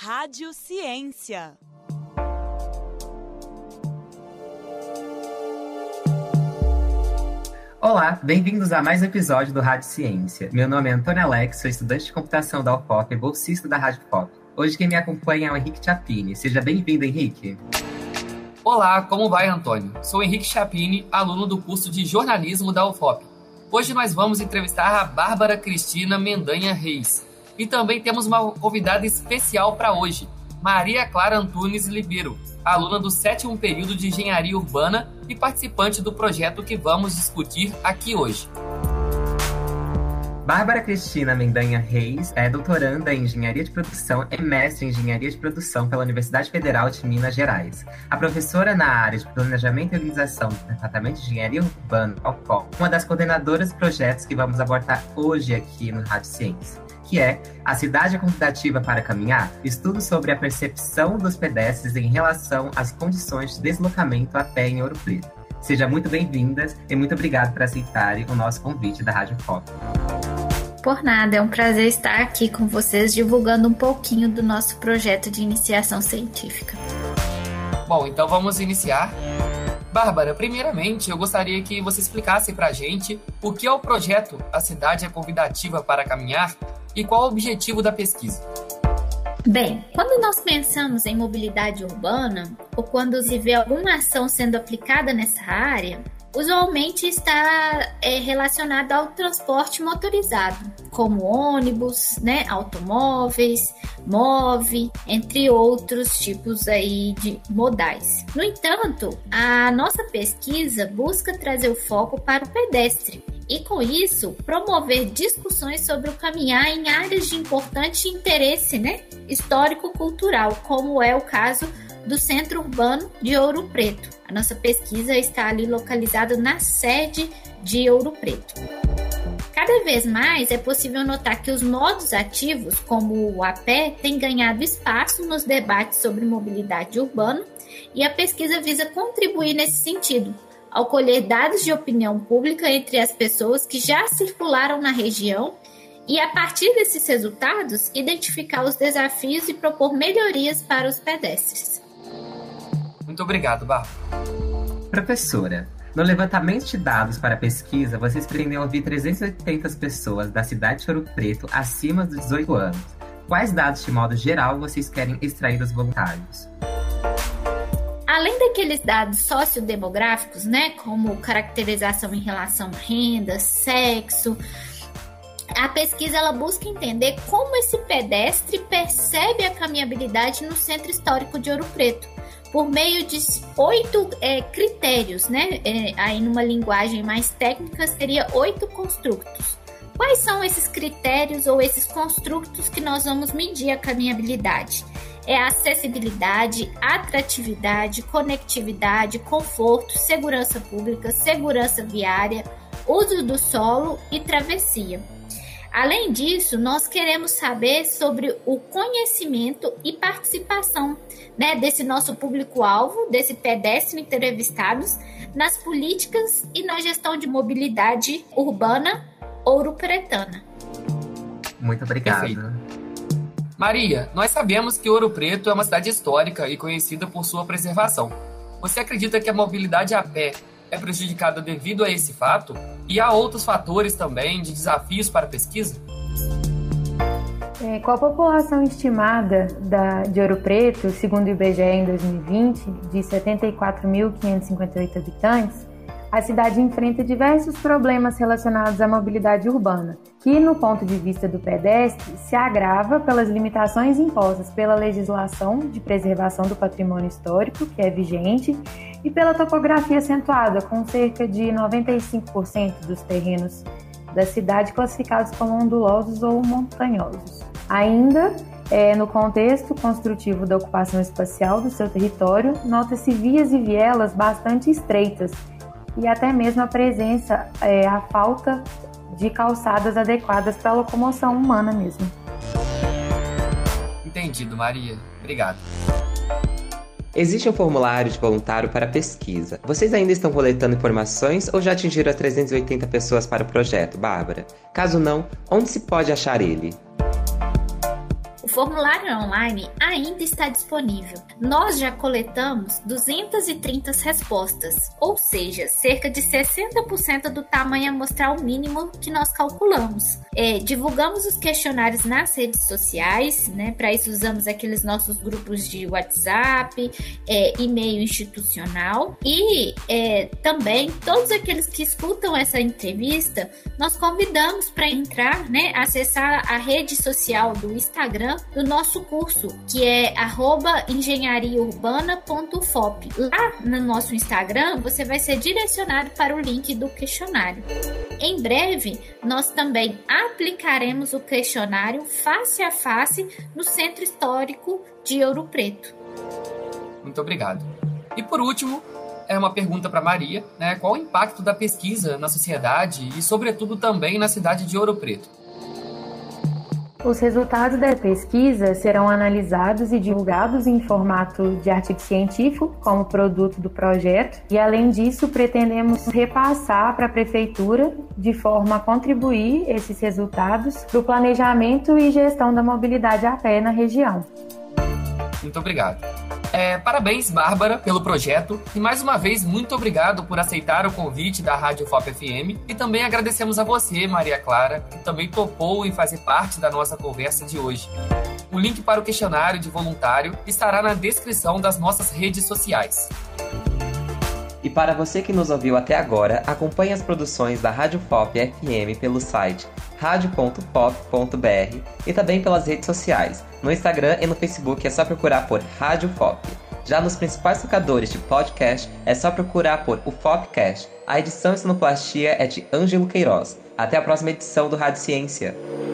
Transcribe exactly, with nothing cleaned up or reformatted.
Rádio Ciência. Olá, bem-vindos a mais um episódio do Rádio Ciência. Meu nome é Antônio Alex, sou estudante de computação da U F O P e bolsista da Rádio F O P. Hoje quem me acompanha é o Henrique Chapini. Seja bem-vindo, Henrique. Olá, como vai, Antônio? Sou Henrique Chapini, aluno do curso de jornalismo da U F O P. Hoje nós vamos entrevistar a Bárbara Cristina Mendanha Reis. E também temos uma convidada especial para hoje, Maria Clara Antunes Libero, aluna do sétimo período de Engenharia Urbana e participante do projeto que vamos discutir aqui hoje. Bárbara Cristina Mendanha Reis é doutoranda em Engenharia de Produção e mestre em Engenharia de Produção pela Universidade Federal de Minas Gerais. A professora na área de Planejamento e Organização do Departamento de Engenharia Urbana da U F O P, uma das coordenadoras dos projetos que vamos abordar hoje aqui no Rádio Ciência, que é A Cidade Convidativa para Caminhar, estudo sobre a percepção dos pedestres em relação às condições de deslocamento a pé em Ouro Preto. Sejam muito bem-vindas e muito obrigado por aceitarem o nosso convite da Rádio F O P. Por nada, é um prazer estar aqui com vocês divulgando um pouquinho do nosso projeto de iniciação científica. Bom, então vamos iniciar. Bárbara, primeiramente eu gostaria que você explicasse pra gente o que é o projeto A Cidade é Convidativa para Caminhar e qual o objetivo da pesquisa. Bem, quando nós pensamos em mobilidade urbana ou quando se vê alguma ação sendo aplicada nessa área, usualmente está é, relacionado ao transporte motorizado, como ônibus, né, automóveis, move, entre outros tipos aí de modais. No entanto, a nossa pesquisa busca trazer o foco para o pedestre e, com isso, promover discussões sobre o caminhar em áreas de importante interesse, né, histórico-cultural, como é o caso do Centro Urbano de Ouro Preto. A nossa pesquisa está ali localizada na sede de Ouro Preto. Cada vez mais é possível notar que os modos ativos, como o a pé, têm ganhado espaço nos debates sobre mobilidade urbana e a pesquisa visa contribuir nesse sentido, ao colher dados de opinião pública entre as pessoas que já circularam na região e, a partir desses resultados, identificar os desafios e propor melhorias para os pedestres. Muito obrigado, Bárbara. Professora, no levantamento de dados para a pesquisa, vocês pretendem ouvir trezentas e oitenta pessoas da cidade de Ouro Preto acima dos dezoito anos. Quais dados, de modo geral, vocês querem extrair dos voluntários? Além daqueles dados sociodemográficos, né, como caracterização em relação à renda, sexo, a pesquisa ela busca entender como esse pedestre percebe a caminhabilidade no Centro Histórico de Ouro Preto, por meio de oito é, critérios, né? É, aí numa linguagem mais técnica seria oito construtos. Quais são esses critérios ou esses construtos que nós vamos medir a caminhabilidade? É a acessibilidade, atratividade, conectividade, conforto, segurança pública, segurança viária, uso do solo e travessia. Além disso, nós queremos saber sobre o conhecimento e participação, né, desse nosso público-alvo, desse pedestre entrevistados, nas políticas e na gestão de mobilidade urbana ouropretana. Muito obrigado. Perfeito. Maria, nós sabemos que Ouro Preto é uma cidade histórica e conhecida por sua preservação. Você acredita que a mobilidade a pé é prejudicada devido a esse fato? E há outros fatores também de desafios para a pesquisa? É, com a população estimada da, de Ouro Preto, segundo o I B G E em dois mil e vinte, de setenta e quatro mil quinhentos e cinquenta e oito habitantes, a cidade enfrenta diversos problemas relacionados à mobilidade urbana, que, no ponto de vista do pedestre, se agrava pelas limitações impostas pela legislação de preservação do patrimônio histórico, que é vigente, e pela topografia acentuada, com cerca de noventa e cinco por cento dos terrenos da cidade classificados como ondulosos ou montanhosos. Ainda, é, no contexto construtivo da ocupação espacial do seu território, nota-se vias e vielas bastante estreitas, e até mesmo a presença, é, a falta de calçadas adequadas para a locomoção humana mesmo. Entendido, Maria. Obrigado. Existe um formulário de voluntário para pesquisa. Vocês ainda estão coletando informações ou já atingiram as trezentas e oitenta pessoas para o projeto, Bárbara? Caso não, onde se pode achar ele? formulário online ainda está disponível. Nós já coletamos duzentas e trinta respostas, ou seja, cerca de sessenta por cento do tamanho amostral mínimo que nós calculamos. É, divulgamos os questionários nas redes sociais, né? Para isso usamos aqueles nossos grupos de WhatsApp, é, e-mail institucional e é, também todos aqueles que escutam essa entrevista, nós convidamos para entrar, né? Acessar a rede social do Instagram do nosso curso, que é arroba engenharia urbana ponto fop. Lá no nosso Instagram, você vai ser direcionado para o link do questionário. Em breve, nós também aplicaremos o questionário face a face no Centro Histórico de Ouro Preto. Muito obrigado. E por último, é uma pergunta para Maria, né? Qual o impacto da pesquisa na sociedade e, sobretudo, também na cidade de Ouro Preto? Os resultados da pesquisa serão analisados e divulgados em formato de artigo científico, como produto do projeto, e além disso pretendemos repassar para a Prefeitura de forma a contribuir esses resultados para o planejamento e gestão da mobilidade a pé na região. Muito obrigado. É, parabéns, Bárbara, pelo projeto e mais uma vez muito obrigado por aceitar o convite da Rádio F O P F M e também agradecemos a você, Maria Clara, que também topou em fazer parte da nossa conversa de hoje. O link para o questionário de voluntário estará na descrição das nossas redes sociais. E para você que nos ouviu até agora, acompanhe as produções da Rádio F O P F M pelo site rádio ponto pop ponto b r e também pelas redes sociais. No Instagram e no Facebook é só procurar por Rádio F O P. Já nos principais tocadores de podcast é só procurar por o Fopcast. A edição e sonoplastia é de Ângelo Queiroz. Até a próxima edição do Rádio Ciência.